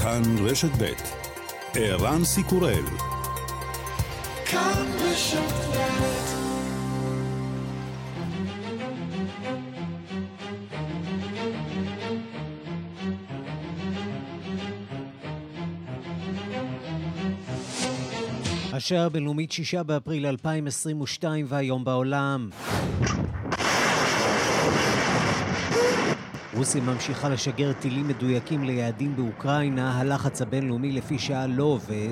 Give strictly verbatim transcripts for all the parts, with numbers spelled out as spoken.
כאן רשת ב' ערן סיקורל. כאן רשת ב'. השעה הבינלאומית שישה באפריל אלפיים עשרים ושתיים והיום בעולם. רוסיה ממשיכה לשגר טילים מדויקים ליעדים באוקראינה, הלחץ הבינלאומי לפי שעה לא עובד.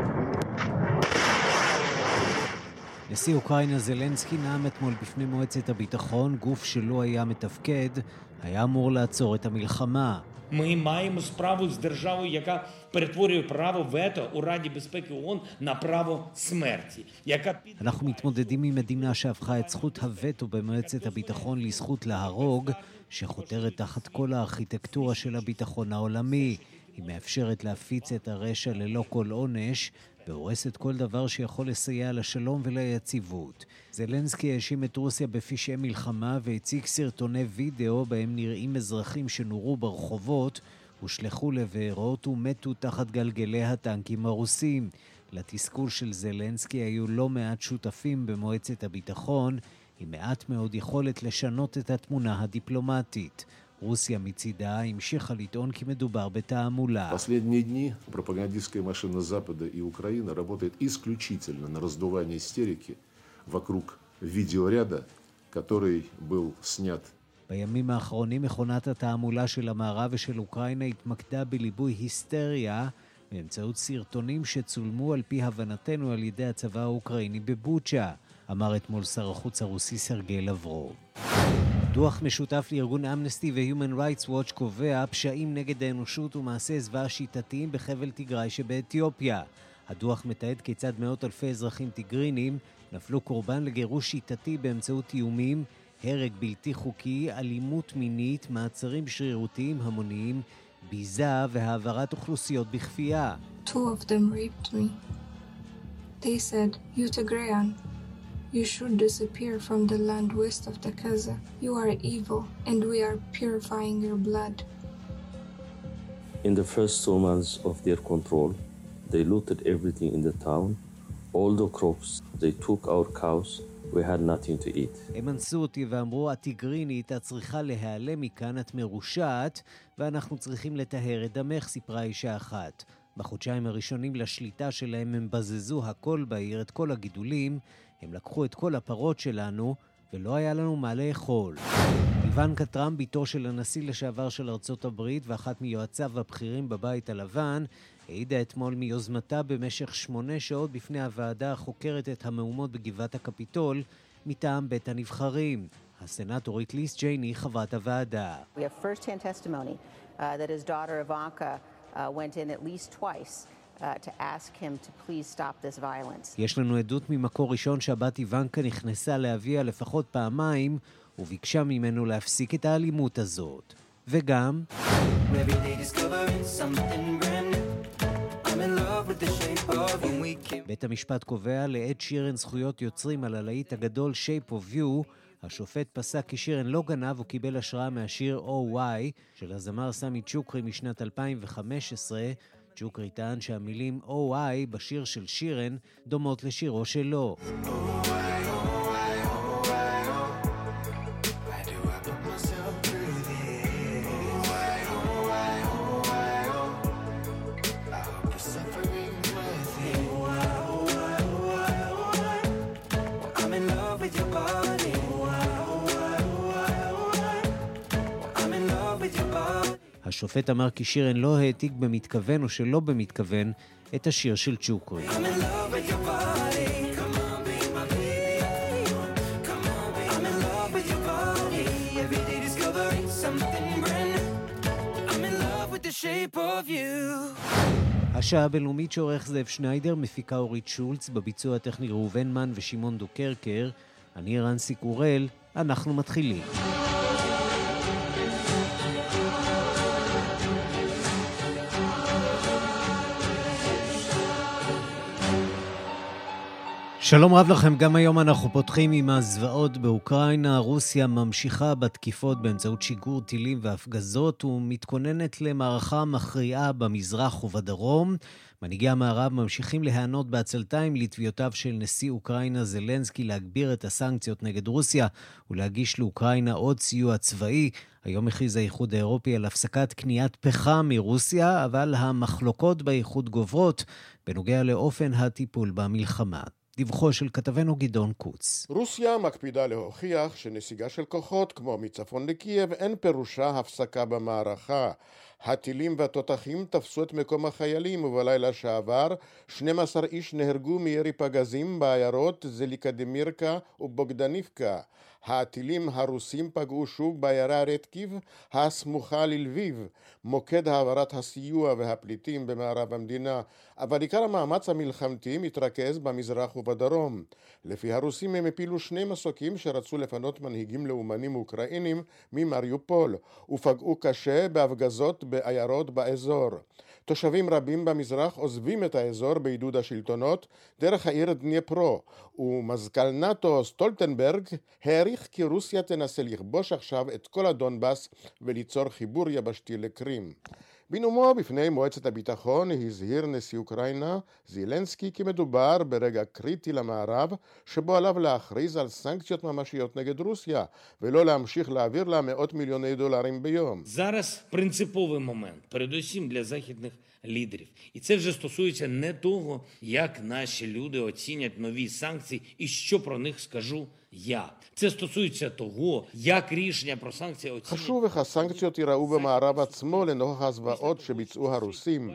נשיא אוקראינה זלנסקי נאם אתמול בפני מועצת הביטחון, גוף שלא היה מתפקד, היה אמור לעצור את המלחמה. Ми маємо справу з державою, яка перетворює право вето у Раді безпеки ООН на право смерті. אנחנו מתמודדים עם מדינה שהפכה את זכות הווטו במועצת הביטחון לזכות להרוג, שחותרת תחת כל הארכיטקטורה של הביטחון העולמי. היא מאפשרת להפיץ את הרשע ללא כל עונש, והורסת כל דבר שיכול לסייע לשלום וליציבות. זלנסקי האשים את רוסיה בפשעי מלחמה והציג סרטוני וידאו בהם נראים אזרחים שנורו ברחובות, הושלחו לבארות ומתו תחת גלגלי הטנקים הרוסים. לתסכול של זלנסקי היו לא מעט שותפים במועצת הביטחון, עם מעט מאוד יכולת לשנות את התמונה הדיפלומטית. רוסיה מצידה המשיכה לטעון כי מדובר בתעמולה. Последние дни пропагандистская машина Запада и Украины работает исключительно на раздувание истерики вокруг видеоряда, который был снят. בימים האחרונים מכונת התעמולה של המערב ושל אוקראינה התמקדה בליבוי היסטריה באמצעות סרטונים שצולמו על פי הבנתנו על ידי הצבא האוקראיני בבוצ'ה, אמר אתמול שר החוץ הרוסי סרגי לברוב. דוח משותף לארגון אמנסטי ו-Human Rights Watch קובע פשעים נגד האנושות ומעשי זוועה שיטתיים בחבל תיגראי שבאתיופיה. הדוח מתעד כיצד מאות אלפי אזרחים תיגרינים נפלו קורבן לגירוש שיטתי באמצעות איומים, הרג בלתי חוקי, אלימות מינית, מעצרים שרירותיים המוניים, ביזה והעברת אוכלוסיות בכפייה. Two of them raped me. They said, "You Tigrayan, you should disappear from the land west of the Kaza. You are evil, and we are purifying your blood." In the first two months of their control, they looted everything in the town, all the crops. They took our cows. We had nothing to eat. הם אנסו אותי ואמרו, התיגרינית, את צריכה להיעלם מכאן, את מרושעת, ואנחנו צריכים לטהר את דמך, סיפרה אישה אחת. בחודשיים הראשונים לשליטה שלהם הם בזזו הכל בעיר, את כל הגידולים, הם לקחו את כל הפרות שלנו, ולא היה לנו מה לאכול. איוונקה טראמפ, ביתו של הנשיא לשעבר של ארצות הברית ואחת מיועציו הבכירים בבית הלבן, העידה אתמול מיוזמתה במשך שמונה שעות בפני הוועדה החוקרת את המהומות בגבעת הקפיטול מטעם בית הנבחרים. הסנאטורית ליס ג'ייני, חברת הוועדה. We have first-hand testimony uh, that his daughter Ivanka uh, went in at least twice uh, to ask him to please stop this violence. יש לנו עדות ממקור ראשון שהבת איוונקה נכנסה לאביה לפחות פעמיים וביקשה ממנו להפסיק את האלימות הזאת. וגם בית המשפט קובע לעת שירן זכויות יוצרים על הלהיט הגדול Shape of You. השופט פסק כי שירן לא גנב וקיבל השראה מהשיר או וואי של הזמר סמי צ'וקרי משנת אלפיים וחמש עשרה. צ'וקרי טען שהמילים או וואי בשיר של שירן דומות לשירו שלו. השופט אמר כי שירן לא העתיק במתכוון או שלא במתכוון את השיר של צ'וקרי. השעה הבינלאומית שעורך זאב שניידר, מפיקה אורית שולץ, בביצוע הטכני ראובן מן ושמעון דוקרקר. אני ערן סיקורל, אנחנו מתחילים. שלום רב לכם, גם היום אנחנו פותחים עם הזוועות באוקראינה. רוסיה ממשיכה בתקיפות באמצעות שיגור טילים והפגזות ומתכוננת למערכה מכריעה במזרח ובדרום. מנהיגי המערב ממשיכים להיענות בעצלתיים לתביעותיו של נשיא אוקראינה זלנסקי להגביר את הסנקציות נגד רוסיה ולהגיש לאוקראינה עוד סיוע צבאי. היום הכריז האיחוד האירופי על הפסקת קניית פחם מרוסיה, אבל המחלוקות באיחוד גוברות בנוגע לאופן הטיפול במלחמה. דיווחו של כתבנו גדעון קוץ. רוסיה מקפידה להוכיח שנסיגה של כוחות כמו מצפון לקייב אין פירושה הפסקה במערכה. הטילים והתותחים תפסו את מקום החיילים, ובלילה שעבר שנים עשר איש נהרגו מירי פגזים בעיירות זליקדמירקה ובוגדניבקה. הטילים הרוסים פגעו שוב בעיירה רטקיב הסמוכה ללביב, מוקד העברת הסיוע והפליטים במערב המדינה, אבל עיקר המאמץ המלחמתי מתרכז במזרח ובדרום. לפי הרוסים הם הפילו שני מסוקים שרצו לפנות מנהיגים לאומנים אוקראינים ממריופול, ופגעו קשה בהפגזות בעיירות באזור. תושבים רבים במזרח עוזבים את האזור בעידוד השלטונות דרך העיר דניפרו, ומזכ"ל נאטו סטולטנברג העריך כי רוסיה תנסה לכבוש עכשיו את כל הדונבאס וליצור חיבור יבשתי לקרים. בנאומו בפני מועצת הביטחון הזהיר נשיא אוקראינה זלנסקי כי מדובר ברגע קריטי למערב שבו עליו להכריז על סנקציות ממשיות נגד רוסיה ולא להמשיך להעביר לה מאות מיליוני דולרים ביום. Зараз принциповий момент, передусім для західних лідерів. І це вже стосується не того, як наші люди оцінять нові санкції і що про них скажу я. це стосується того, як рішення про санкції оцінюють. חשוב איך הסנקציות ייראו במערב עצמו לנוכח הזוועות שביצעו הרוסים.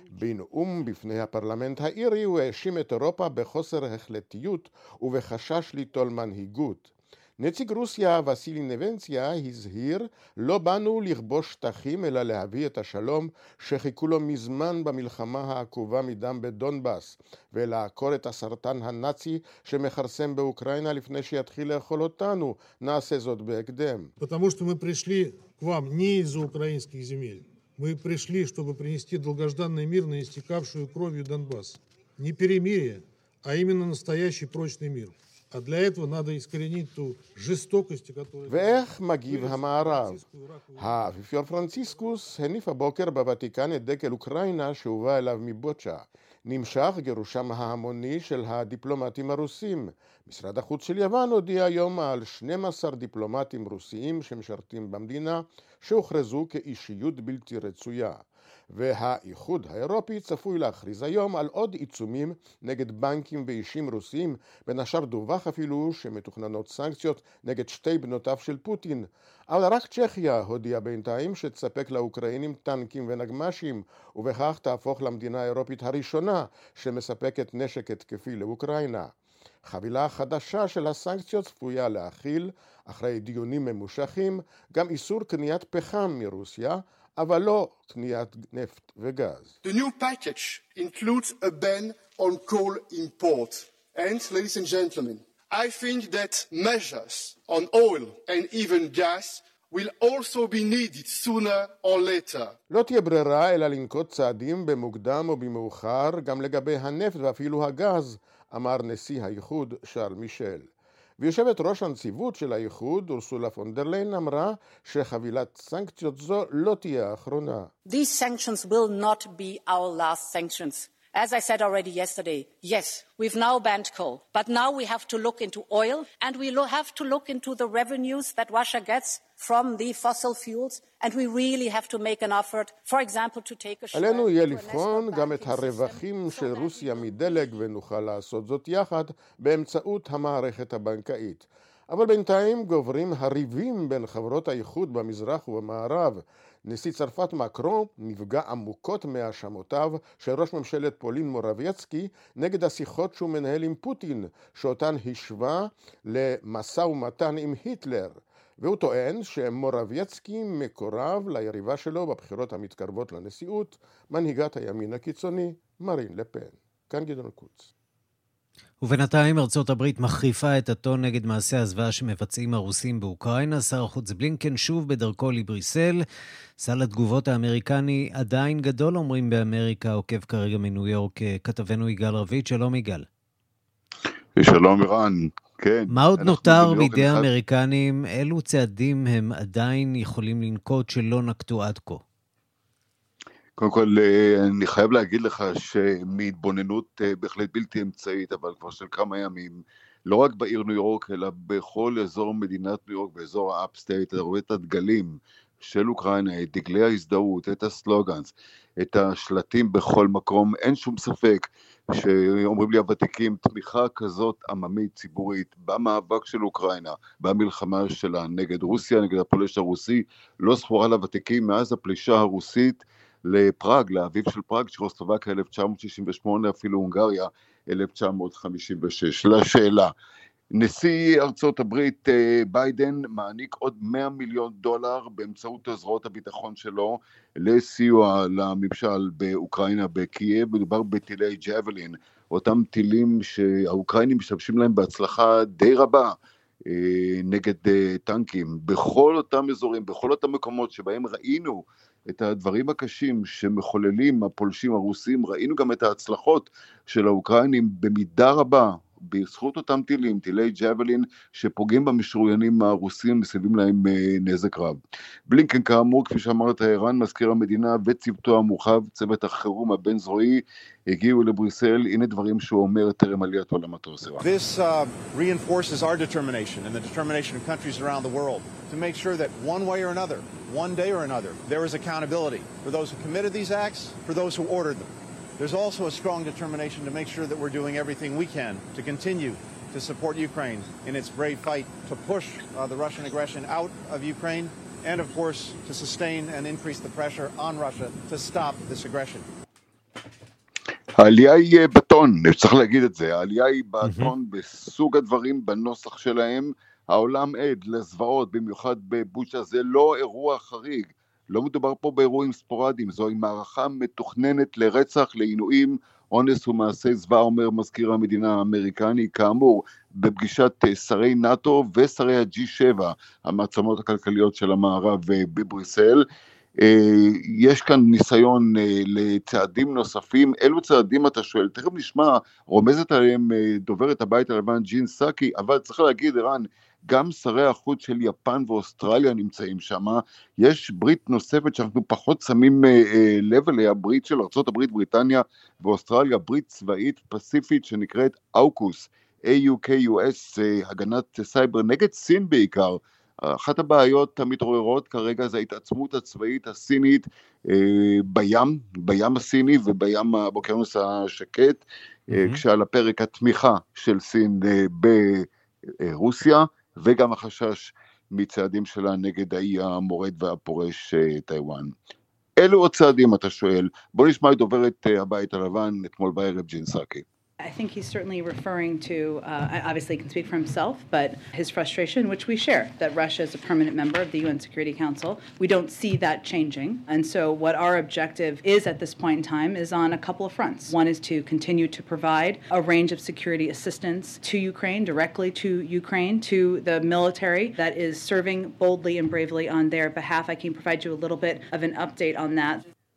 בנאום בפני הפרלמנט האירי הוא האשים את אירופה בחוסר החלטיות ובחשש ליטול מנהיגות. נציג רוסיה וסילי נבנציה הזהיר, לא באנו לכבוש שטחים אלא להביא את השלום שחיכו לו מזמן במלחמה העקובה מדם בדונבאס, ולעקור את הסרטן הנאצי שמחרסם באוקראינה לפני שיתחיל לאכול אותנו. נעשה זאת בהקדם. Потому что мы пришли к вам не из-за украинских земель. Мы пришли, чтобы принести долгожданный мир на истекавшую кровью Донбасс. Не перемирие, а именно настоящий прочный мир. А для этого надо искоренить ту жестокость, которая... ואיך מגיב המערב? האפיפיור פרנציסקוס הניף הבוקר בוותיקן את דגל אוקראינה שהובא אליו מבוצ'ה. נמשך גירושם ההמוני של הדיפלומטים הרוסים. משרד החוץ של יוון הודיע היום על שנים עשר דיפלומטים רוסיים שמשרתים במדינה שהוכרזו כאישיות בלתי רצויה. והאיחוד האירופי צפוי להכריז היום על עוד עיצומים נגד בנקים ואישים רוסיים, בין השאר דווח אפילו שמתוכננות סנקציות נגד שתי בנותיו של פוטין. אבל רק צ'כיה הודיעה בינתיים שתספק לאוקראינים טנקים ונגמשים, ובכך תהפוך למדינה האירופית הראשונה שמספקת נשק התקפי לאוקראינה. חבילה חדשה של הסנקציות צפויה להכיל, אחרי דיונים ממושכים, גם איסור קניית פחם מרוסיה, אבל לא קניית נפט וגז. The new package includes a ban on coal import. And, ladies and gentlemen, I think that measures on oil and even gas will also be needed sooner or later. לא תהיה ברירה אלא לנקוט צעדים במוקדם או במאוחר, גם לגבי הנפט ואפילו הגז, אמר נשיא האיחוד שארל מישל. ויושבת ראש הנציבות של האיחוד, אורסולה פון דר ליין, אמרה שחבילת סנקציות זו לא תהיה האחרונה. These sanctions will not be our last sanctions. As I said already yesterday, yes, we've now banned coal, but now we have to look into oil and we have to look into the revenues that Russia gets from the fossil fuels, and we really have to make an effort, for example, to take a share. עלינו יהיה לבחון גם את הרווחים של רוסיה מדלק, ונוכל לעשות זאת יחד באמצעות המערכת הבנקאית. אבל בינתיים גוברים הריבים בין חברות האיחוד במזרח ובמערב. נשיא צרפת מקרון נפגע עמוקות מהאשמותיו של ראש ממשלת פולין מורבייצקי נגד השיחות שהוא מנהל עם פוטין, שאותן השווה למשא ומתן עם היטלר. והוא טוען שמורבייצקי מקורב ליריבה שלו בבחירות המתקרבות לנשיאות, מנהיגת הימין הקיצוני מרין לפן. כאן גדעון קוץ. ובינתיים ארצות הברית מחריפה את הטון נגד מעשי הזוועה שמבצעים הרוסים באוקראינה. שר החוץ בלינקן שוב בדרכו לבריסל. סל התגובות האמריקני עדיין גדול, אומרים באמריקה, עוקב כרגע מניו יורק כתבנו יגאל רביד. שלום יגאל. שלום איראן, כן. מה עוד נותר בידי האמריקנים? אילו צעדים הם עדיין יכולים לנקוט שלא נקטו עד כה? קודם כל, אני חייב להגיד לך שמהתבוננות בהחלט בלתי אמצעית, אבל כבר של כמה ימים, לא רק בעיר ניו יורק, אלא בכל אזור מדינת ניו יורק, באזור האפסטייט, אתה רואה את הדגלים של אוקראינה, את דגלי ההזדהות, את הסלוגנס, את השלטים בכל מקום. אין שום ספק שאומרים לי הוותיקים, תמיכה כזאת עממית ציבורית במאבק של אוקראינה, במלחמה שלה נגד רוסיה, נגד הפולש הרוסי, לא זכורה לוותיקים מאז הפלישה הרוסית לפראג, לאביב של פראג, צ'כוסלובקיה אלף תשע מאות שישים ושמונה, אפילו הונגריה אלף תשע מאות חמישים ושש. לשאלה, נשיא ארצות הברית ביידן מעניק עוד מאה מיליון דולר באמצעות זרועות הביטחון שלו לסיוע לממשל באוקראינה בקייב. מדובר בטילי ג'אבלין, אותם טילים שהאוקראינים משתמשים להם בהצלחה די רבה נגד טנקים, בכל אותם אזורים, בכל אותם מקומות שבהם ראינו את הדברים הקשים שמחוללים הפולשים הרוסים, ראינו גם את ההצלחות של האוקראינים במידה רבה, בזכות אותם טילים, טילי ג'אבלין, שפוגעים במשוריינים הרוסים, מסבים להם נזק רב. בלינקן כאמור, כפי שאמרת, איראן, מזכיר המדינה וצוותו המורחב, צוות החירום הבין זרועי, הגיעו לבריסל. הנה דברים שהוא אומר טרם עלייתו למטוס. This uh, reinforces our determination and the determination of countries around the world to make sure that one way or another, one day or another, there is accountability for those who committed these acts, for those who ordered them. There's also a strong determination to make sure that we're doing everything we can to continue to support Ukraine in its brave fight to push uh, the Russian aggression out of Ukraine and, of course, to sustain and increase the pressure on Russia to stop this aggression. העלייה היא בטון, צריך להגיד את זה, העלייה היא בטון בסוג הדברים, בנוסח שלהם. העולם עד לזוועות, במיוחד בבוצ'ה, זה לא אירוע חריג. לא מדובר פה באירועים ספורדיים, זוהי מערכה מתוכננת לרצח, לעינויים, אונס ומעשי זוועה, אומר מזכיר המדינה האמריקני, כאמור, בפגישת שרי נאטו ושרי הג'י שבע, המעצמות הכלכליות של המערב בבריסל. יש כאן ניסיון לצעדים נוספים. אילו צעדים אתה שואל? תכף נשמע, רומזת עליהם דוברת הבית הלבן ג'ין סאקי, אבל צריך להגיד, איראן, גם שרי החוץ של יפן ואוסטרליה נמצאים שם. יש ברית נוספת שאנחנו פחות שמים אה, לב אליה, ברית של ארצות הברית, בריטניה ואוסטרליה, ברית צבאית פסיפית שנקראת אוקוס, איי-יו-קי-יו-אס, אה, הגנת סייבר נגד סין בעיקר. אחת הבעיות המתעוררות כרגע זה ההתעצמות הצבאית הסינית אה, בים, בים הסיני ובים באוקיינוס השקט, אה, mm-hmm. כשעל הפרק התמיכה של סין אה, ברוסיה, וגם החשש מצעדים שלה נגד האי המורד והפורש טיואן. אלו עוד צעדים אתה שואל? בוא נשמע את דוברת הבית הלבן אתמול בערב ג'ין סאקי. I think he's certainly referring to, uh, obviously he can speak for himself, but his frustration, which we share, that Russia is a permanent member of the U N Security Council. We don't see that changing. And so what our objective is at this point in time is on a couple of fronts. One is to continue to provide a range of security assistance to Ukraine, directly to Ukraine, to the military that is serving boldly and bravely on their behalf. I can provide you a little bit of an update on that.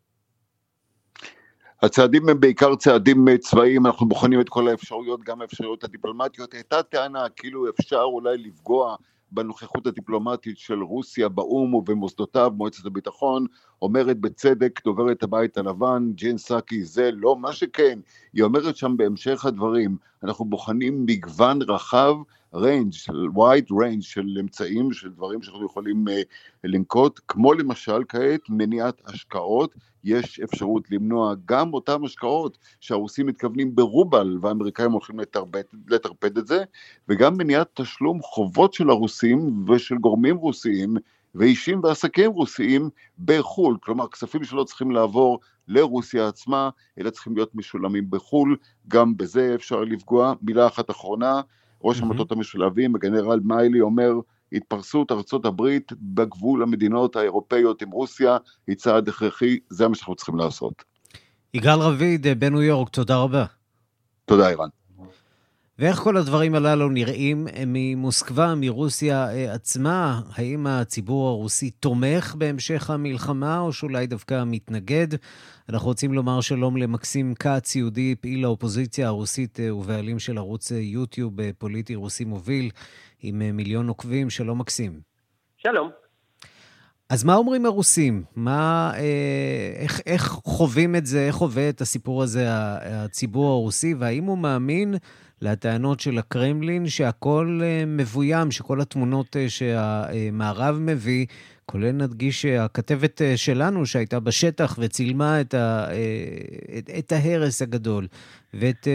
הצעדים הם בעיקר צעדים צבאיים, אנחנו בוחנים את כל האפשרויות, גם האפשרויות הדיפלומטיות. הייתה טענה כאילו אפשר אולי לפגוע בנוכחות הדיפלומטית של רוסיה באום ובמוסדותיו, מועצת הביטחון, אומרת בצדק דוברת הבית הלבן, ג'ין סאקי, זה לא מה שכן, היא אומרת שם בהמשך הדברים, אנחנו בוחנים מגוון רחב, range, wide range של אמצעים, של דברים שאנחנו יכולים uh, לנקוט, כמו למשל כעת מניעת השקעות, יש אפשרות למנוע גם אותם השקעות שהרוסים מתכוונים ברובל, והאמריקאים הולכים לטרפד, לטרפד את זה, וגם מניעת תשלום חובות של הרוסים ושל גורמים רוסיים, ואישים ועסקים רוסיים בחול, כלומר כספים שלא צריכים לעבור לרוסיה עצמה, אלא צריכים להיות משולמים בחול, גם בזה אפשר לפגוע. מילה אחת אחרונה, ראש המטות המשולבים, הגנרל מיילי אומר, התפרסות ארצות הברית בגבול המדינות האירופאיות עם רוסיה, היא צעד הכרחי, זה מה שאנחנו צריכים לעשות. יגאל רביד בניו יורק, תודה רבה. תודה אירן. ואיך כל הדברים הללו נראים ממוסקבה, מרוסיה עצמה? האם הציבור הרוסי תומך בהמשך המלחמה, או שאולי דווקא מתנגד? אנחנו רוצים לומר שלום למקסים קאץ, יהודי פעיל האופוזיציה הרוסית ובעלים של ערוץ יוטיוב פוליטי רוסי מוביל, עם מיליון עוקבים. שלום מקסים. שלום. אז מה אומרים הרוסים? מה, איך, איך חווים את זה, איך חווה את הסיפור הזה הציבור הרוסי, והאם הוא מאמין לטענות של הקרמלין שהכל מבוים, שכל התמונות שהמערב מביא, כולל נדגיש הכתבת שלנו שהייתה בשטח וצילמה את, ה, את, את ההרס הגדול ואת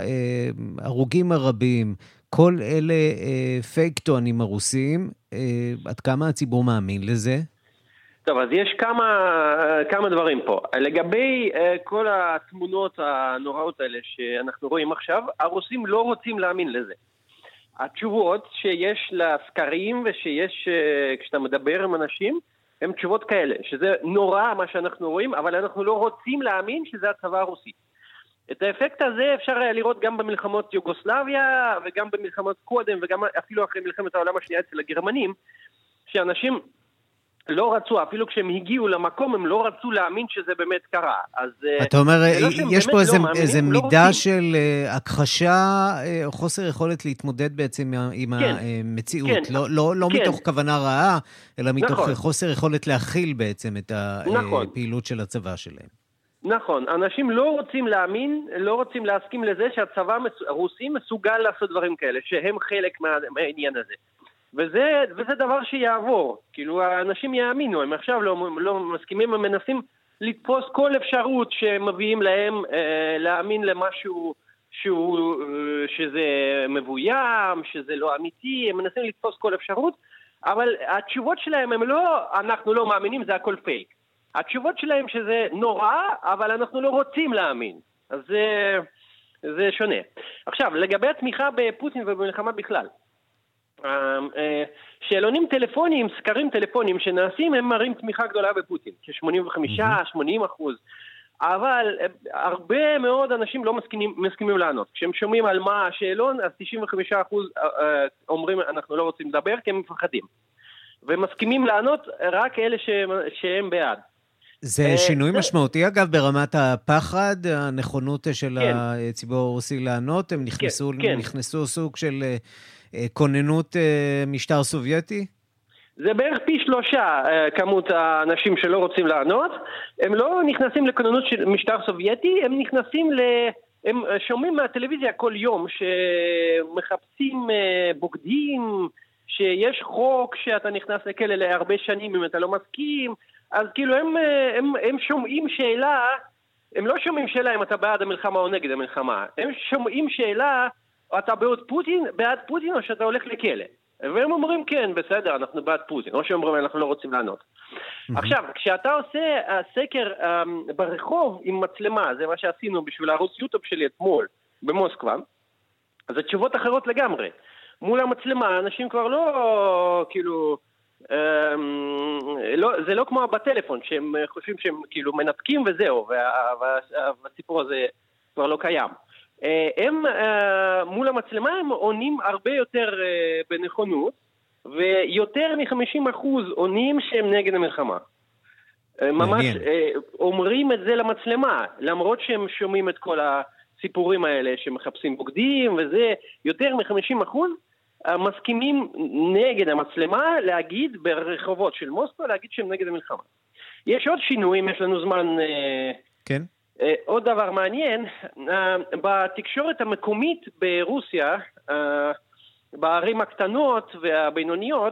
הרוגים הרבים, כל אלה פייק טוענים הרוסים. עד כמה הציבור מאמין לזה? טוב, אז יש כמה, כמה דברים פה. לגבי כל התמונות הנוראות האלה שאנחנו רואים עכשיו, הרוסים לא רוצים להאמין לזה. התשובות שיש לסקרים ושיש, כשאתה מדבר עם אנשים, הן תשובות כאלה, שזה נורא מה שאנחנו רואים, אבל אנחנו לא רוצים להאמין שזה הצבא הרוסי. את האפקט הזה אפשר לראות גם במלחמות יוגוסלביה, וגם במלחמות קודם, וגם אפילו אחרי מלחמת העולם השנייה אצל הגרמנים, שאנשים לא רצו, אפילו כשהם הגיעו למקום, הם לא רצו להאמין שזה באמת קרה. אז אתה אומר, יש פה איזה, לא איזה מאמינים, מידה לא של הכחשה, או חוסר יכולת להתמודד בעצם עם כן, המציאות. כן, לא, לא, לא כן. מתוך כוונה רעה, אלא מתוך נכון. חוסר יכולת להכיל בעצם את הפעילות נכון. של הצבא שלהם. נכון, אנשים לא רוצים להאמין, לא רוצים להסכים לזה שהצבא הרוסי מסוגל לעשות דברים כאלה, שהם חלק מה, מהעניין הזה. וזה, וזה דבר שיעבור, כאילו האנשים יאמינו, הם עכשיו לא, לא מסכימים, הם מנסים לתפוס כל אפשרות שמביאים להם אה, להאמין למשהו שהוא, אה, שזה מבוים, שזה לא אמיתי, הם מנסים לתפוס כל אפשרות, אבל התשובות שלהם הם לא, אנחנו לא מאמינים, זה הכל פייק. התשובות שלהם שזה נורא, אבל אנחנו לא רוצים להאמין. אז זה, זה שונה. עכשיו, לגבי התמיכה בפוטין ובמלחמה בכלל, שאלונים טלפוניים, סקרים טלפוניים שנעשים, הם מראים תמיכה גדולה בפוטין, כ-שמונים וחמישה שמונים אחוז. אבל הרבה מאוד אנשים לא מסכימים, מסכימים לענות. כשהם שומעים על מה השאלון, אז תשעים וחמישה אחוז אומרים אנחנו לא רוצים לדבר, כי הם מפחדים. ומסכימים לענות רק אלה שהם בעד. זה שינוי משמעותי, אגב, ברמת הפחד, הנכונות של הציבור הרוסי לענות, הם נכנסו, נכנסו סוג של כוננות משטר סובייטי? זה בערך פי שלושה כמות האנשים שלא רוצים לענות. הם לא נכנסים לכוננות של משטר סובייטי, הם נכנסים ל... הם שומעים מהטלוויזיה כל יום שמחפשים בוגדים, שיש חוק שאתה נכנס לכלא להרבה שנים אם אתה לא מסכים, אז כאילו הם, הם, הם שומעים שאלה, הם לא שומעים שאלה אם אתה בעד המלחמה או נגד המלחמה, הם שומעים שאלה, אתה בעד פוטין, בעד פוטין או שאתה הולך לכלא. והם אומרים כן, בסדר, אנחנו בעד פוטין, או שאומרים אנחנו לא רוצים לענות. Mm-hmm. עכשיו, כשאתה עושה סקר um, ברחוב עם מצלמה, זה מה שעשינו בשביל הערוץ יוטיוב שלי אתמול במוסקבה, אז התשובות אחרות לגמרי. מול המצלמה, אנשים כבר לא, כאילו, um, לא, זה לא כמו בטלפון, שהם חושבים שהם כאילו מנתקים וזהו, וה, וה, והסיפור הזה כבר לא קיים. הם מול המצלמה הם עונים הרבה יותר בנכונות, ויותר מ-חמישים אחוז עונים שהם נגד המלחמה. ממש אומרים את זה למצלמה, למרות שהם שומעים את כל הסיפורים האלה שמחפשים בוגדים וזה, יותר מ-חמישים אחוז מסכימים נגד המצלמה להגיד ברחובות של מוסקבה, להגיד שהם נגד המלחמה. יש עוד שינויים, יש לנו זמן... כן. עוד דבר מעניין, בתקשורת המקומית ברוסיה, בערים הקטנות והבינוניות,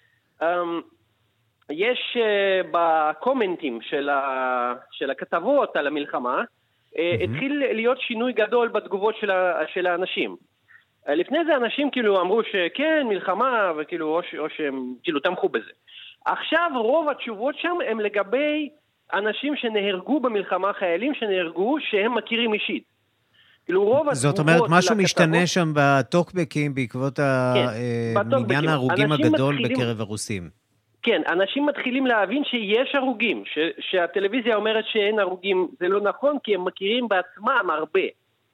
יש בקומנטים של, ה, של הכתבות על המלחמה, התחיל להיות שינוי גדול בתגובות של, ה, של האנשים. לפני זה אנשים כאילו אמרו שכן, מלחמה, וכאילו, או, ש, או שהם כאילו תמכו בזה. עכשיו רוב התשובות שם הם לגבי אנשים שנהרגו במלחמה, חיילים שנהרגו, שהם מכירים אישית. כאילו רוב זאת אומרת, משהו משתנה שם בטוקבקים בעקבות המניין ההרוגים הגדול בקרב הרוסים. כן, אנשים מתחילים להבין שיש הרוגים, שהטלוויזיה אומרת שאין הרוגים, זה לא נכון, כי הם מכירים בעצמם הרבה.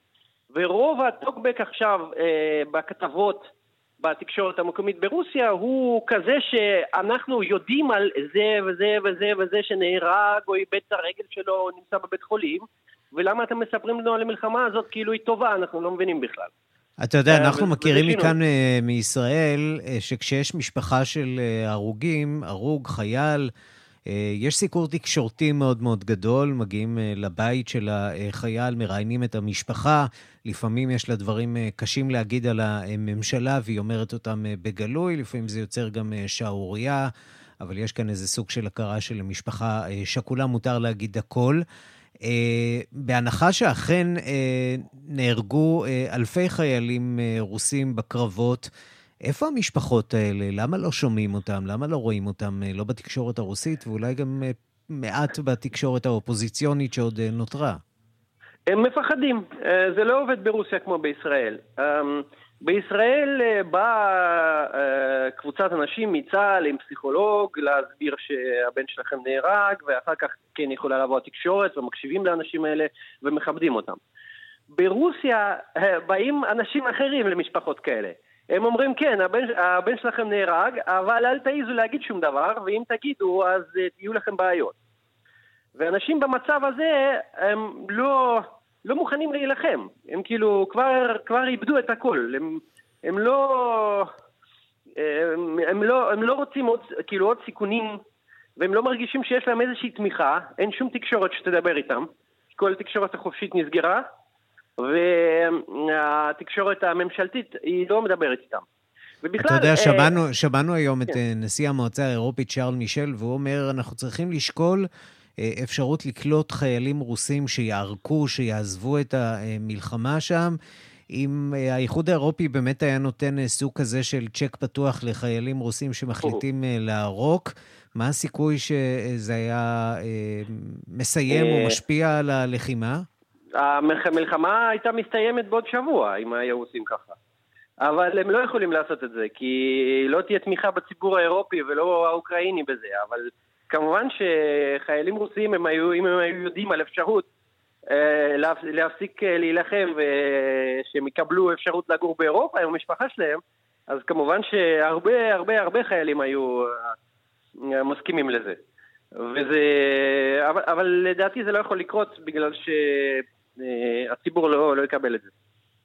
ורוב הטוקבק עכשיו אה, בכתבות בתקשורת המקומית ברוסיה הוא כזה שאנחנו יודעים על זה וזה וזה וזה שנהרג או איבד את הרגל שלו או נמצא בבית חולים, ולמה אתם מספרים לנו על המלחמה הזאת כאילו היא טובה, אנחנו לא מבינים בכלל. אתה יודע, אנחנו מכירים מכאן מישראל שכשיש משפחה של הרוגים, הרוג, חייל, יש סיקור תקשורתי מאוד מאוד גדול, מגיעים לבית של החייל, מראיינים את המשפחה, לפעמים יש לה דברים קשים להגיד על הממשלה, והיא אומרת אותם בגלוי, לפעמים זה יוצר גם שערוריה, אבל יש כאן איזה סוג של הכרה של משפחה שכולה, מותר להגיד הכל. בהנחה שאכן נהרגו אלפי חיילים רוסים בקרבות, איפה המשפחות האלה? למה לא שומעים אותם? למה לא רואים אותם? לא בתקשורת הרוסית, ואולי גם מעט בתקשורת האופוזיציונית שעוד נותרה. הם מפחדים. זה לא עובד ברוסיה כמו בישראל. בישראל באה קבוצת אנשים מצה"ל עם פסיכולוג להסביר שהבן שלכם נהרג, ואחר כך כן יכולה לבוא התקשורת ומקשיבים לאנשים האלה ומכבדים אותם. ברוסיה באים אנשים אחרים למשפחות כאלה. הם אומרים, כן, הבן, הבן שלכם נהרג, אבל אל תעיזו להגיד שום דבר, ואם תגידו, אז תהיו לכם בעיות. ואנשים במצב הזה, הם לא, לא מוכנים להילחם. הם כאילו כבר, כבר איבדו את הכל. הם, הם לא, הם, הם לא, הם לא רוצים עוד, כאילו עוד סיכונים, והם לא מרגישים שיש להם איזושהי תמיכה. אין שום תקשורת שתדבר איתם. כל התקשורת החופשית נסגרה. והתקשורת הממשלתית היא לא מדברת איתם. אתה יודע, שמענו, שמענו היום את נשיא המועצה האירופית שרל מישל, והוא אומר, אנחנו צריכים לשקול אפשרות לקלוט חיילים רוסים שיערקו, שיעזבו את המלחמה שם. אם האיחוד האירופי באמת היה נותן סוג כזה של צ'ק פתוח לחיילים רוסים שמחליטים לערוק, מה הסיכוי שזה היה מסיים או משפיע על הלחימה? המלחמה הייתה מסתיימת בעוד שבוע, אם היו עושים ככה. אבל הם לא יכולים לעשות את זה, כי לא תהיה תמיכה בציבור האירופי ולא האוקראיני בזה. אבל כמובן שחיילים רוסים, הם היו, אם הם היו יודעים על אפשרות אה, להפסיק להילחם ושהם יקבלו אפשרות לגור באירופה עם המשפחה שלהם, אז כמובן שהרבה הרבה הרבה חיילים היו אה, מסכימים לזה. וזה, אבל, אבל לדעתי זה לא יכול לקרות בגלל שהציבור לא, לא יקבל את זה.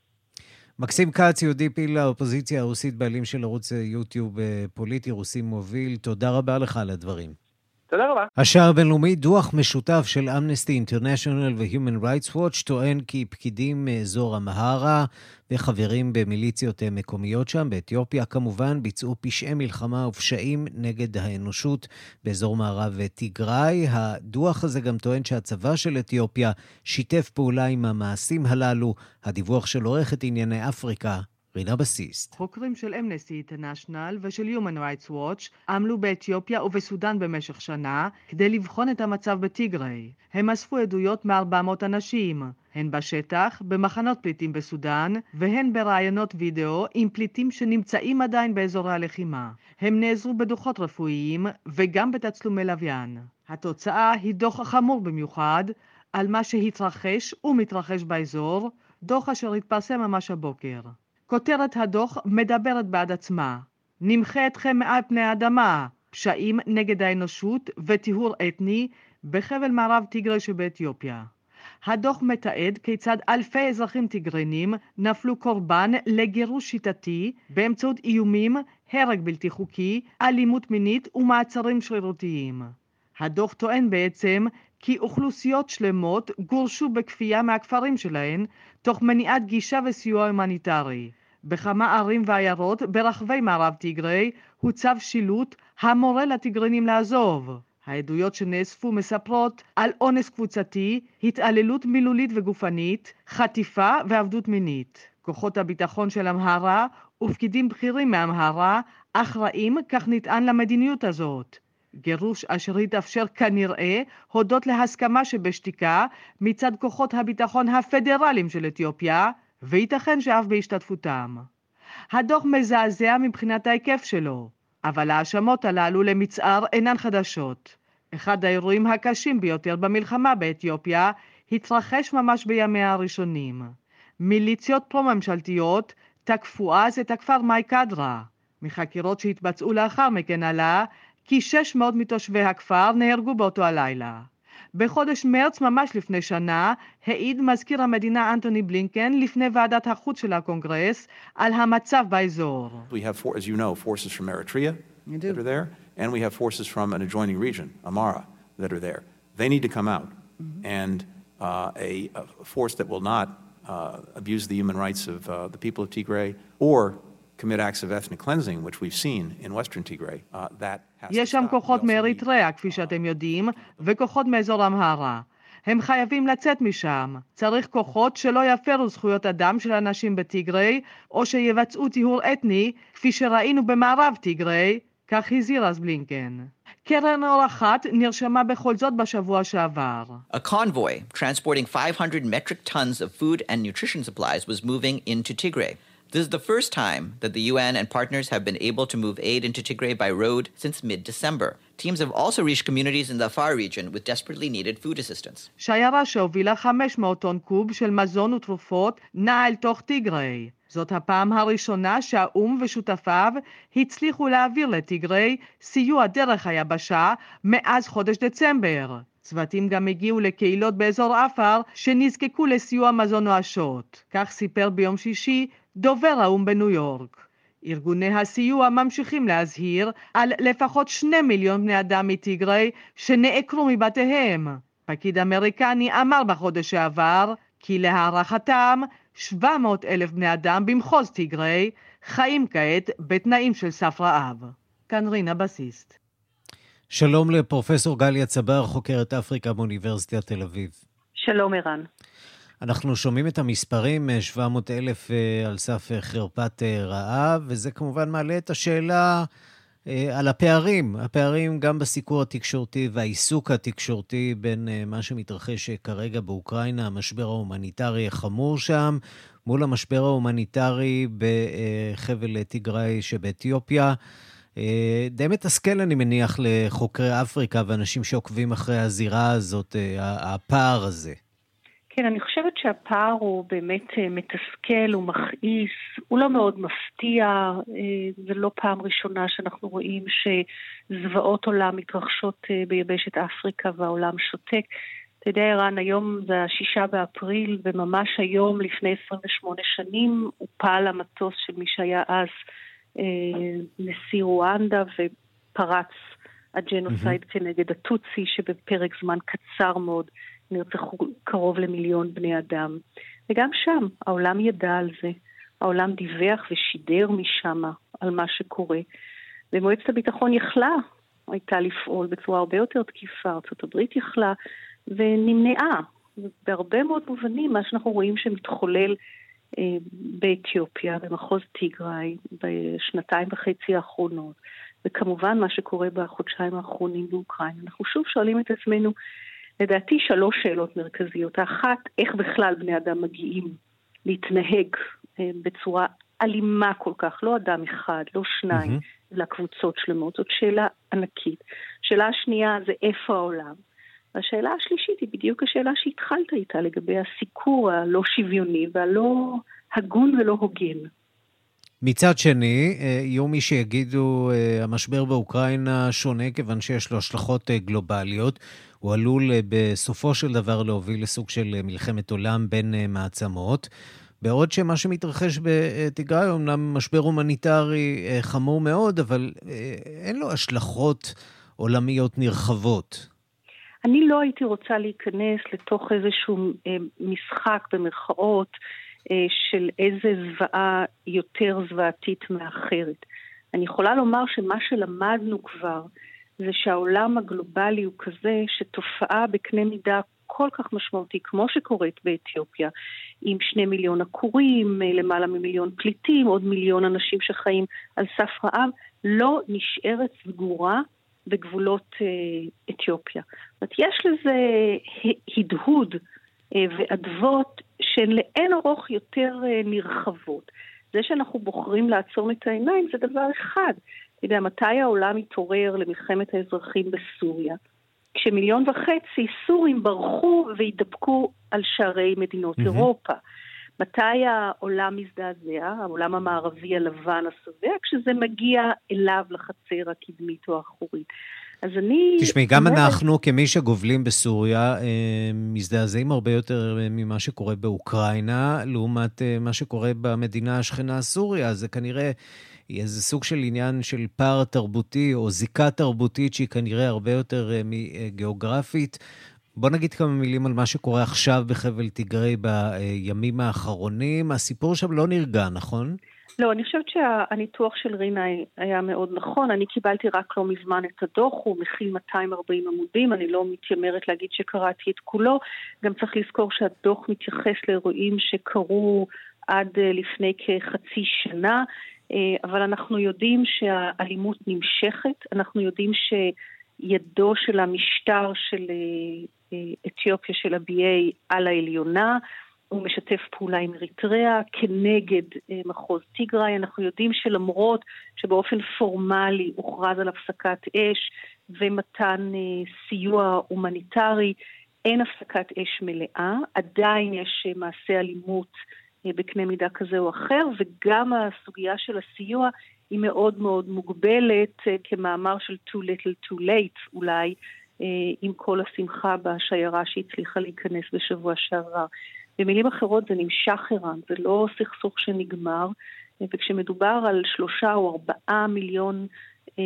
מקסים קץ, יהודי פעיל האופוזיציה הרוסית, בעלים של ערוץ יוטיוב פוליטי רוסי מוביל, תודה רבה לך על הדברים. תודה רבה. השער הבינלאומי, דוח משותף של אמנסטי אינטרנשיונל ו-Human Rights Watch טוען כי פקידים מאזור המהרה וחברים במיליציות מקומיות שם, באתיופיה כמובן, ביצעו פשעי מלחמה ופשעים נגד האנושות באזור מערב תיגראי. הדוח הזה גם טוען שהצבא של אתיופיה שיתף פעולה עם המעשים הללו. הדיווח של עורכת ענייני אפריקה, רינה בסיסט. חוקרים של אמנסטי אינטרנשיונל ושל Human Rights Watch עמלו באתיופיה ובסודן במשך שנה כדי לבחון את המצב בתיגראי. הם אספו עדויות מ-ארבע מאות אנשים, הן בשטח, במחנות פליטים בסודן, והן ברעיונות וידאו עם פליטים שנמצאים עדיין באזורי הלחימה. הם נעזרו בדוחות רפואיים וגם בתצלומי לוויין. התוצאה היא דוח חמור במיוחד על מה שהתרחש ומתרחש באזור, דוח אשר התפרסם ממש הבוקר. כותרת הדוח מדברת בעד עצמה. נמחה אתכם מעל פני האדמה, פשעים נגד האנושות וטיהור אתני בחבל מערב תיגראי שבאתיופיה. הדוח מתעד כיצד אלפי אזרחים תיגרנים נפלו קורבן לגירוש שיטתי באמצעות איומים, הרג בלתי חוקי, אלימות מינית ומעצרים שרירותיים. הדוח טוען בעצם כי אוכלוסיות שלמות גורשו בכפייה מהכפרים שלהן תוך מניעת גישה וסיוע הומניטרי. בכמה ערים ועיירות ברחבי מערב תיגראי הוצב שילוט המורה לתיגרנים לעזוב. העדויות שנאספו מספרות על אונס קבוצתי, התעללות מילולית וגופנית, חטיפה ועבדות מינית. כוחות הביטחון של אמהרה ופקידים בכירים מאמהרה אחראים, כך נטען, למדיניות הזאת. גירוש אשר התאפשר כנראה הודות להסכמה שבשתיקה מצד כוחות הביטחון הפדרליים של אתיופיה, וייתכן שאף בהשתתפותם. הדוח מזעזע מבחינת ההיקף שלו, אבל האשמות הללו למצער אינן חדשות. אחד האירועים הקשים ביותר במלחמה באתיופיה התרחש ממש בימיה הראשונים. מיליציות פרו-ממשלתיות תקפו אז את הכפר מייקדרה. מחקירות שהתבצעו לאחר מכן עלה כי שש מאות מתושבי הכפר נהרגו באותו הלילה. בחודש מרץ, ממש לפני שנה, העיד מזכיר המדינה אנטוני בלינקן לפני ועדת החוץ של הקונגרס על המצב באזור. We have, as you know, forces from Eritrea that are there, and we have forces from an adjoining region, Amara, that are there. They need to come out, mm-hmm. and uh, a, a force that will not uh, abuse the human rights of uh, the people of Tigray or commit acts of ethnic cleansing, which we've seen in western Tigray, uh, that has to stop. יש שם כוחות מאריתריאה, כפי שאתם יודעים, וכוחות מאזור אמהרה. הם חייבים לצאת משם. צריך כוחות שלא יפרו זכויות אדם של אנשים בטיגריי, או שיבצעו טיהור אתני, כפי שראינו במערב טיגריי, כך הזהיר אז בלינקן. קרן אור אחת נרשמה בכל זאת בשבוע שעבר. A convoy transporting five hundred metric tons of food and nutrition supplies was moving into Tigray. This is the first time that the U N and partners have been able to move aid into Tigray by road since mid-December. Teams have also reached communities in the Afar region with desperately needed food assistance. שיירה שהובילה חמש מאות טון קוב של מזון ותרופות נעה אל תוך טיגריי. זאת הפעם הראשונה שהאום ושותפיו הצליחו להעביר לטיגריי סיוע דרך היבשה מאז חודש דצמבר. צוותים גם הגיעו לקהילות באזור אפר שנזקקו לסיוע מזון נואשות. כך סיפר ביום שישי דובר האום בניו יורק. ארגוני הסיוע ממשיכים להזהיר על לפחות שני מיליון בני אדם מטיגריי שנעקרו מבתיהם. פקיד אמריקני אמר בחודש שעבר כי להערכתם שבע מאות אלף בני אדם במחוז טיגריי חיים כעת בתנאים של סף רעב. כאן רינה בסיסט. שלום לפרופסור גליה צבר, חוקרת אפריקה באוניברסיטת תל אביב. שלום ערן. אנחנו שומעים את המספרים, שבע מאות אלף על סף חרפת רעב, וזה כמובן מעלה את השאלה על הפערים, הפערים גם בסיקור התקשורתי והעיסוק התקשורתי בין מה שמתרחש כרגע באוקראינה, המשבר ההומניטרי החמור שם, מול המשבר ההומניטרי בחבל טיגריי שבאתיופיה. די מתסכל אני מניח לחוקרי אפריקה ואנשים שעוקבים אחרי הזירה הזאת, הפער הזה. כן, אני חושבת שהפער הוא באמת מתסכל, הוא מכעיס, הוא לא מאוד מפתיע, זה לא פעם ראשונה שאנחנו רואים שזוועות עולם מתרחשות ביבשת אפריקה והעולם שותק. אתה יודע, ערן, היום זה השישה באפריל, וממש היום לפני עשרים ושמונה שנים הוא פעל המטוס של מי שהיה אז נשיא רואנדה ופרץ הג'נוסייד mm-hmm. כנגד הטוצי, שבפרק זמן קצר מאוד נרצחו קרוב למיליון בני אדם. וגם שם העולם ידע על זה. העולם דיווח ושידר משם על מה שקורה. ומועצת הביטחון יכלה, הייתה לפעול בצורה הרבה יותר תקיפה. ארצות הברית יכלה ונמנעה. בהרבה מאוד מובנים מה שאנחנו רואים שמתחולל אה, באתיופיה, במחוז טיגריי, בשנתיים וחצי האחרונות. וכמובן מה שקורה בחודשיים האחרונים באוקראינה. אנחנו שוב שואלים את עצמנו, לדעתי שלוש שאלות מרכזיות. האחת, איך בכלל בני אדם מגיעים להתנהג אה, בצורה אלימה כל כך, לא אדם אחד, לא שניים, mm-hmm. אלא קבוצות שלמות. זאת שאלה ענקית. שאלה השנייה זה איפה העולם. והשאלה השלישית היא בדיוק השאלה שהתחלת איתה לגבי הסיקור הלא שוויוני והלא הגון ולא הוגן. מצד שני, יהיו מי שיגידו המשבר באוקראינה שונה כיוון שיש לו השלכות גלובליות. הוא עלול בסופו של דבר להוביל לסוג של מלחמת עולם בין מעצמות. בעוד שמה שמתרחש בטיגריי אומנם משבר הומניטרי חמור מאוד, אבל אין לו השלכות עולמיות נרחבות. אני לא הייתי רוצה להיכנס לתוך איזשהו משחק במרכאות, של איזה זוועה יותר זוועתית מאחרת. אני יכולה לומר שמה שלמדנו כבר, זה שהעולם הגלובלי הוא כזה שתופעה בקנה מידה כל כך משמעותי, כמו שקורית באתיופיה, עם שני מיליון עקורים, למעלה ממיליון פליטים, עוד מיליון אנשים שחיים על סף רעב, לא נשארת סגורה בגבולות אתיופיה. זאת אומרת, יש לזה הדהוד ועדבות שהן לאין ארוך יותר נרחבות. זה שאנחנו בוחרים לעצום את העיניים זה דבר אחד. אתה יודע, מתי העולם התעורר למלחמת האזרחים בסוריה? כשמיליון וחצי סורים ברחו והתדפקו על שערי מדינות mm-hmm. אירופה. מתי העולם מזדעזע, העולם המערבי הלבן השבע, כשזה מגיע אליו לחצר הקדמית או האחורית. אז אני... תשמעי, גם אנחנו, כמי שגובלים בסוריה, מזדעזעים הרבה יותר ממה שקורה באוקראינה, לעומת מה שקורה במדינה השכנה סוריה. זה כנראה איזה סוג של עניין של פער תרבותי, או זיקה תרבותית, שהיא כנראה הרבה יותר גיאוגרפית. בוא נגיד כמה מילים על מה שקורה עכשיו בחבל תיגראי בימים האחרונים. הסיפור שם לא נרגע, נכון? לא, אני חושבת שהניתוח של רינה היה מאוד נכון. אני קיבלתי רק לא מזמן את הדוח, הוא מכיל מאתיים וארבעים עמודים, אני לא מתיימרת להגיד שקראתי את כולו. גם צריך לזכור שהדוח מתייחס לאירועים שקרו עד לפני כחצי שנה, אבל אנחנו יודעים שהאלימות נמשכת, אנחנו יודעים שידו של המשטר של אתיופיה של ה-בי איי על העליונה, הוא משתף פעולה עם אריתריאה כנגד מחוז תיגראי. אנחנו יודעים שלמרות שבאופן פורמלי הוכרז על הפסקת אש ומתן סיוע הומניטרי, אין הפסקת אש מלאה, עדיין יש מעשה אלימות בקנה מידה כזה או אחר, וגם הסוגיה של הסיוע היא מאוד מאוד מוגבלת, כמאמר של too little too late אולי, עם כל השמחה בשיירה שהצליחה להיכנס בשבוע שעבר. במילים אחרות זה נמשך ערן, זה לא סכסוך שנגמר, וכשמדובר על שלושה או ארבעה מיליון אה,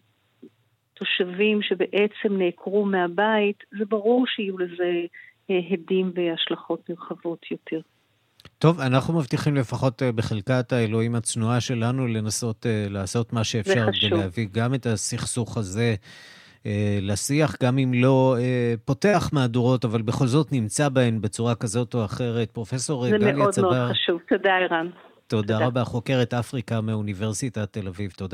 תושבים שבעצם נעקרו מהבית, זה ברור שיהיו לזה אה, הדים והשלכות נרחבות יותר. טוב, אנחנו מבטיחים לפחות בחלקת האלוהים הצנועה שלנו לנסות uh, לעשות מה שאפשר כדי להביא גם את הסכסוך הזה uh, לשיח, גם אם לא uh, פותח מהדורות, אבל בכל זאת נמצא בהן בצורה כזאת או אחרת. פרופסור גליה צבר. זה מאוד מאוד חשוב. תודה, ערן. תודה, תודה רבה. חוקרת אפריקה מאוניברסיטת תל אביב. תודה.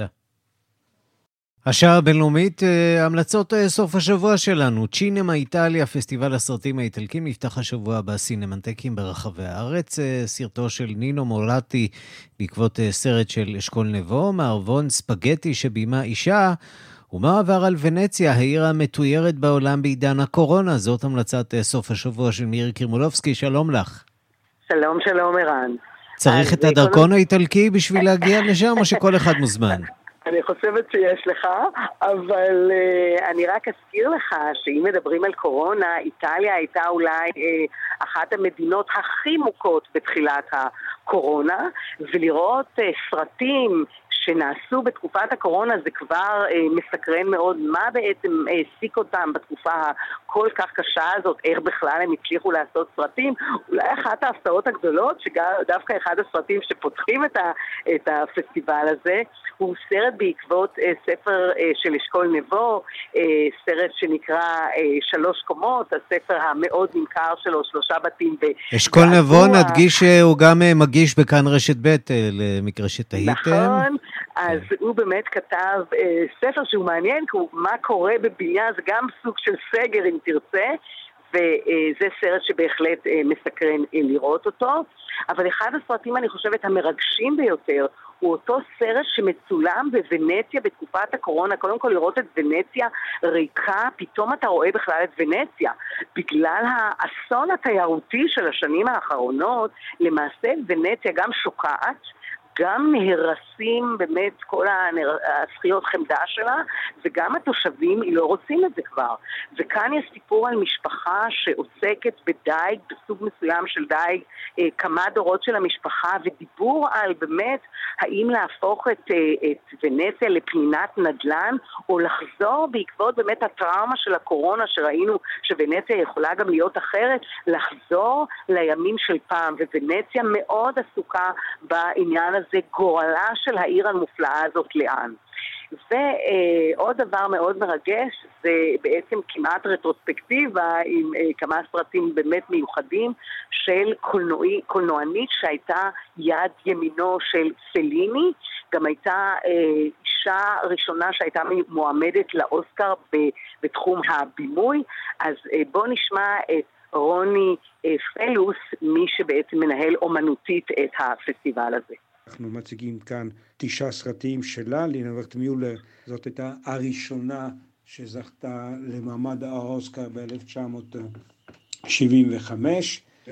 השעה הבינלאומית, המלצות סוף השבוע שלנו. צ'ינמה איטליה, פסטיבל הסרטים האיטלקים, נפתח השבוע בסינמטקים ברחבי הארץ. סרטו של נינו מורטי בעקבות סרט של אשכול נבו, מערבון ספגטי שבימה אישה, ומעבר על ונציה, העיר המתוירת בעולם בעידן הקורונה. זאת המלצת סוף השבוע של מירי קרימולובסקי. שלום לך. שלום, שלום ערן. צריך את הדרכון האיטלקי בשביל להגיע לשם, או שכל אחד מוזמן? אני חושבת שיש לך, אבל uh, אני רק אזכיר לך שאם מדברים על קורונה, איטליה הייתה אולי uh, אחת המדינות הכי מוכות בתחילת הקורונה, ולראות uh, סרטים שנעשו בתקופת הקורונה זה כבר אה, מסקרן מאוד. מה בעצם העסיק אותם בתקופה הכל כך קשה הזאת, איך בכלל הם הצליחו לעשות סרטים. אולי אחת ההפתעות הגדולות, שדווקא אחד הסרטים שפותחים את, ה, את הפסטיבל הזה, הוא סרט בעקבות אה, ספר אה, של אשכול נבו, אה, סרט שנקרא אה, שלוש קומות, הספר המאוד נמכר שלו, שלושה בתים. אשכול נבו, נדגיש שהוא גם מגיש בכאן רשת ב' למקרה שתהיתם. נכון. אז הוא באמת כתב אה, ספר שהוא מעניין, מה קורה בבניין, זה גם סוג של סגר אם תרצה, וזה סרט שבהחלט אה, מסקרן אה, לראות אותו. אבל אחד הסרטים אני חושבת המרגשים ביותר, הוא אותו סרט שמצולם בוונציה בתקופת הקורונה. קודם כל לראות את ונציה ריקה, פתאום אתה רואה בכלל את ונציה. בגלל האסון התיירותי של השנים האחרונות, למעשה ונציה גם שוקעת, גם נהרסים באמת כל הזכיות חמדה שלה, וגם התושבים לא רוצים את זה כבר. וכאן יש סיפור על משפחה שעוסקת בדייג, בסוג מסוים של דייג, כמה דורות של המשפחה, ודיבור על באמת האם להפוך את, את ונציה לפנינת נדל"ן, או לחזור בעקבות באמת הטראומה של הקורונה, שראינו שוונציה יכולה גם להיות אחרת, לחזור לימים של פעם, וונציה מאוד עסוקה בעניין הזה, זה גורלה של העיר המופלאה הזאת לאן. ועוד דבר מאוד מרגש, זה בעצם כמעט רטרוספקטיבה עם כמה סרטים באמת מיוחדים של קולנועי, קולנוענית שהייתה יד ימינו של פליני, גם הייתה אישה ראשונה שהייתה מועמדת לאוסקר בתחום הבימוי. אז בוא נשמע את רוני פלוס, מי שבעצם מנהל אומנותית את הפסטיבל הזה. אנחנו מציגים כאן תשעה סרטים שלה, לינה ורטמיולר, זאת הייתה הראשונה שזכתה למעמד האוסקר ב-אלף תשע מאות שבעים וחמש.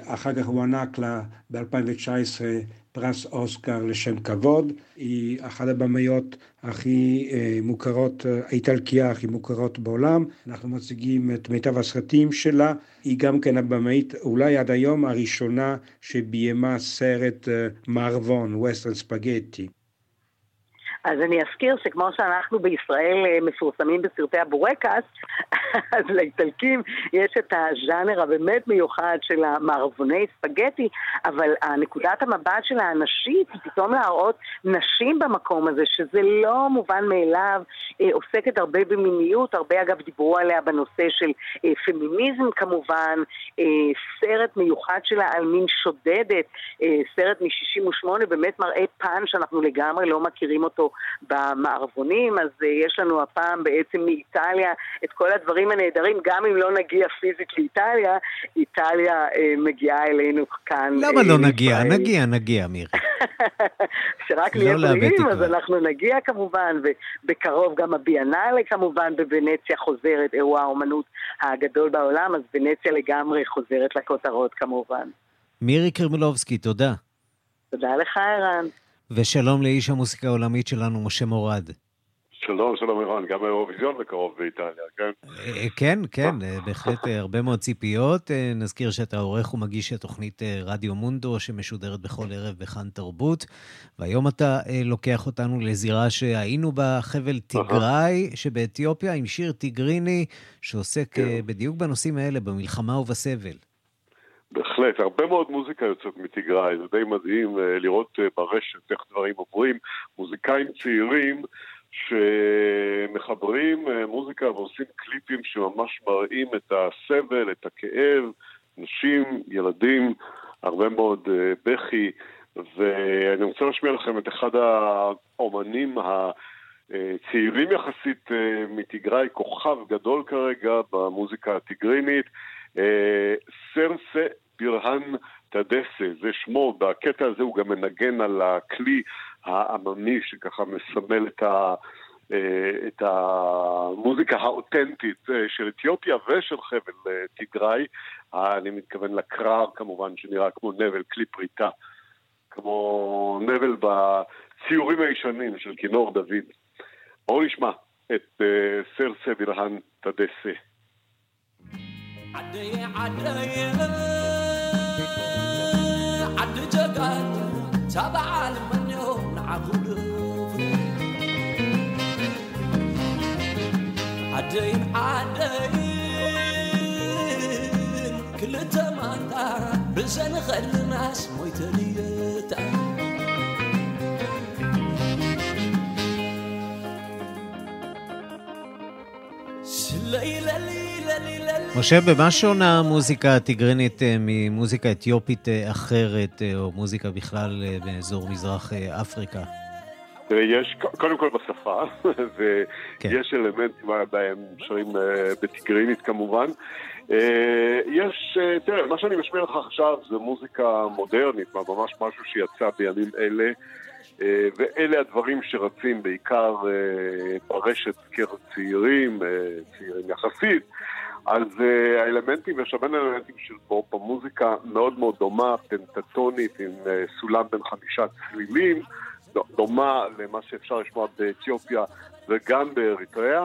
ואחר כך הוא ענק לה ב-אלפיים תשע עשרה פרס אוסקר לשם כבוד. היא אחת הבמאיות הכי מוכרות, האיטלקיה הכי מוכרות בעולם. אנחנו מציגים את מיטב הסרטים שלה. היא גם כן הבמאית, אולי עד היום הראשונה שביימה סרט מערבון, ווסטרן ספגטי. אז אני אזכיר שכמו שאנחנו בישראל מפורסמים בסרטי הבורקס, אז לאיטלקים יש את הז'אנר הבאמת מיוחד של המערבוני ספגטי, אבל הנקודת המבט של האנשית היא פתאום להראות נשים במקום הזה, שזה לא מובן מאליו, עוסקת הרבה במיניות, הרבה אגב דיברו עליה בנושא של פמיניזם כמובן, סרט מיוחד שלה על מין שודדת, סרט מ-שישים ושמונה, באמת מראה פן שאנחנו לגמרי לא מכירים אותו במערבונים. אז יש לנו הפעם בעצם מאיטליה את כל הדברים הנהדרים, גם אם לא נגיע פיזית לאיטליה, איטליה מגיעה אלינו כאן. למה לא נגיע? נגיע, נגיע, מירי. שרק נהיה בריאים, אז אנחנו נגיע כמובן, ובקרוב גם הביאנלה כמובן בוונציה חוזרת, אירוע האומנות הגדול בעולם, אז ונציה לגמרי חוזרת לכותרות כמובן. מירי קרמלובסקי, תודה. תודה לך, ערן. ושלום לאיש המוסיקה העולמית שלנו, משה מורד. שלום, שלום ערן, גם האירוויזיון בקרוב באיטליה, כן? כן, כן, בהחלט הרבה מאוד ציפיות. נזכיר שאתה עורך ומגיש את תוכנית רדיו מונדו, שמשודרת בכל ערב בכאן תרבות, והיום אתה לוקח אותנו לזירה שהיינו בחבל טיגריי, שבאתיופיה, עם שיר טיגריני, שעוסק בדיוק בנושאים האלה, במלחמה ובסבל. בהחלט, הרבה מאוד מוזיקה יוצאת מטיגריי, זה די מדהים לראות ברשת איך דברים עוברים, מוזיקאים צעירים שמחברים מוזיקה ועושים קליפים שממש מראים את הסבל, את הכאב, נשים, ילדים, הרבה מאוד בכי, ואני רוצה להשמיע לכם את אחד האומנים הצעירים יחסית מטיגריי, כוכב גדול כרגע במוזיקה הטיגרינית, סרסה בירהן תדסה, זה שמו, בקטע הזה הוא גם מנגן על הכלי העממי שככה מסמל את, ה, את המוזיקה האותנטית של אתיופיה ושל חבל טיגריי. אני מתכוון לקרר כמובן שנראה כמו נבל, כלי פריטה, כמו נבל בציורים הישנים של כינור דוד. בואו נשמע את סרסה בירהן תדסה. عدي عدي عدي جقات تابع المنيو نعقود عدي عدي كل تمانتا بزن خل الناس مويتليتا سليلة משה, במה שונה מוזיקה הטיגרינית ממוזיקה אתיופית אחרת, או מוזיקה בכלל באזור מזרח אפריקה? יש, קודם כל בשפה, ויש אלמנטים בהם שרים בטיגרינית כמובן. יש, תראה, מה שאני משמיע לך עכשיו זה מוזיקה מודרנית, ממש משהו שיצא בימים אלה, ואלה הדברים שרצים בעיקר ברשת כצעירים, צעירים יחסית. אז האלמנטים, יש הרבה אלמנטים של פופ, המוזיקה מאוד מאוד דומה, פנטטונית, עם סולם בין חמישה צלילים, דומה למה שאפשר לשמוע באתיופיה וגם באריתריאה.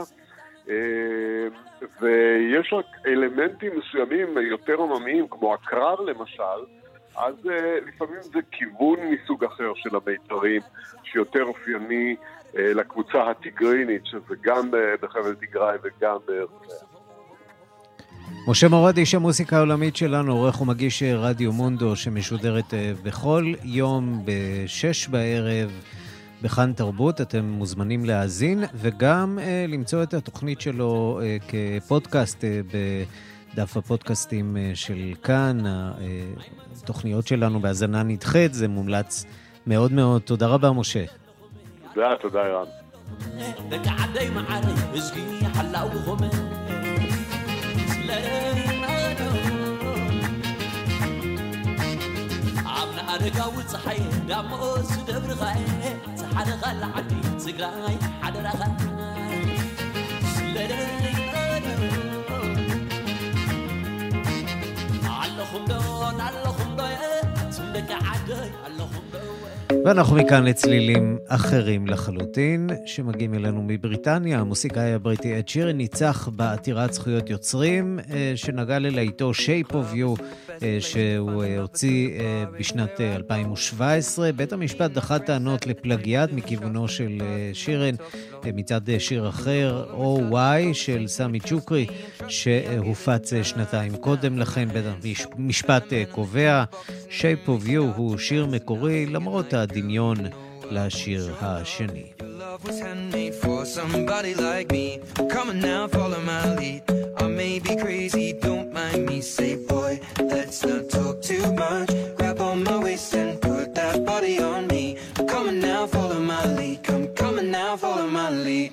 ויש רק אלמנטים מסוימים יותר עממיים, כמו הקרר למשל, אז לפעמים זה כיוון מסוג אחר של המיתרים, שיותר אופייני לקבוצה הטיגרינית, שזה גם בחבל טיגריי וגם באריתריאה. משה מורד, איש המוסיקה העולמית שלנו, עורך ומגיש רדיו מונדו, שמשודרת בכל יום בשש בערב בכאן תרבות. אתם מוזמנים להאזין, וגם למצוא את התוכנית שלו כפודקאסט בדף הפודקאסטים של כאן. התוכניות שלנו בהזנה נדחית, זה מומלץ מאוד מאוד. תודה רבה, משה. תודה, תודה, ערן. أرجع وصحي دموس دبر غاي صحر غل عدي صغاي حدر غاي على خمدون على ואנחנו מכאן לצלילים אחרים לחלוטין, שמגיעים אלינו מבריטניה. המוסיקאי הבריטי אד שירן ניצח בעתירת זכויות יוצרים, שנגע ללהיטו Shape of You, שהוא הוציא בשנת אלפיים שבע עשרה. בית המשפט דחה טענות לפלגיאט מכיוונו של שירן מצד שיר אחר, או וואי של סמי צ'וקרי, שהופץ שנתיים קודם לכן. בית המשפט קובע Shape of You הוא שיר מקורי למרות הדמיון לשיר השני. Love was handmade for somebody like me. Come on now, follow my lead. I may be crazy, don't mind me. Say boy, let's not talk too much. Grab on my waist and put that body on me. Come on now, follow my lead. Come, come on now, follow my lead.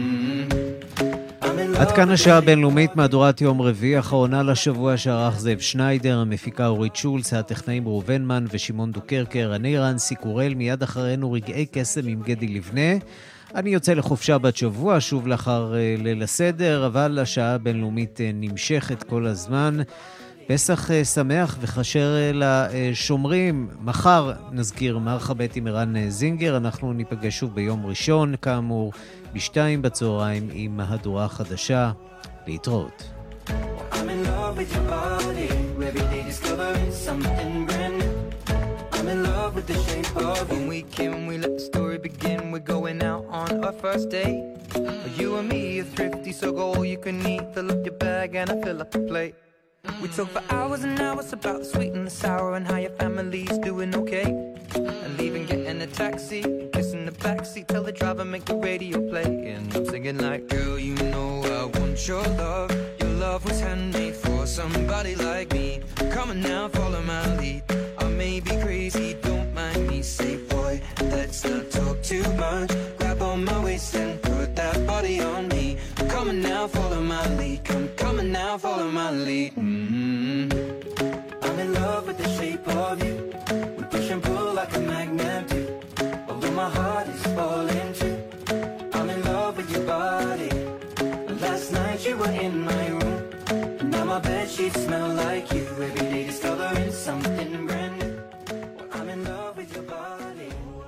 עד כאן השעה הבינלאומית, מהדורת יום רביעי האחרונה לשבוע, שערך זאב שניידר, המפיקה אורית שולץ, הטכנאים ראובן מן ושמעון דוקרקר, אני רנסי קורל. מיד אחרינו רגעי קסם עם גדי לבנה. אני יוצא לחופשה בת שבוע, שוב לאחר ליל הסדר, אבל השעה הבינלאומית נמשכת כל הזמן. פסח שמח וחשר לשומרים. מחר נזכיר מרחבת עם ערן זינגר. אנחנו ניפגש שוב ביום ראשון, כאמור, בשתיים בצהריים עם מהדורה חדשה. להתראות. I'm in love with your body. Every day discovering something brand new. I'm in love with the shape of you. When we came, we let the story begin. We're going out on our first date. You and me are thrifty, so go all you can eat. Fill up your bag and I fill up the plate. We talk for hours and hours about the sweet and the sour and how your family's doing okay. And leaving, getting a taxi, kissing the backseat, tell the driver make the radio play. And I'm singing like, girl, you know I want your love. Your love was handmade for somebody like me. Come on now, follow my lead. I may be crazy, don't mind me. Say, boy, let's not talk too much. Grab on my waist and put that body on me. Come on now, follow my lead. Come, come on now, follow my lead. Mm-hmm. I'm in love with the shape of you. We push and pull like a magnet do. Although my heart is falling too. I'm in love with your body. Last night you were in my room. And now my bedsheets smell like you. Every day discovering something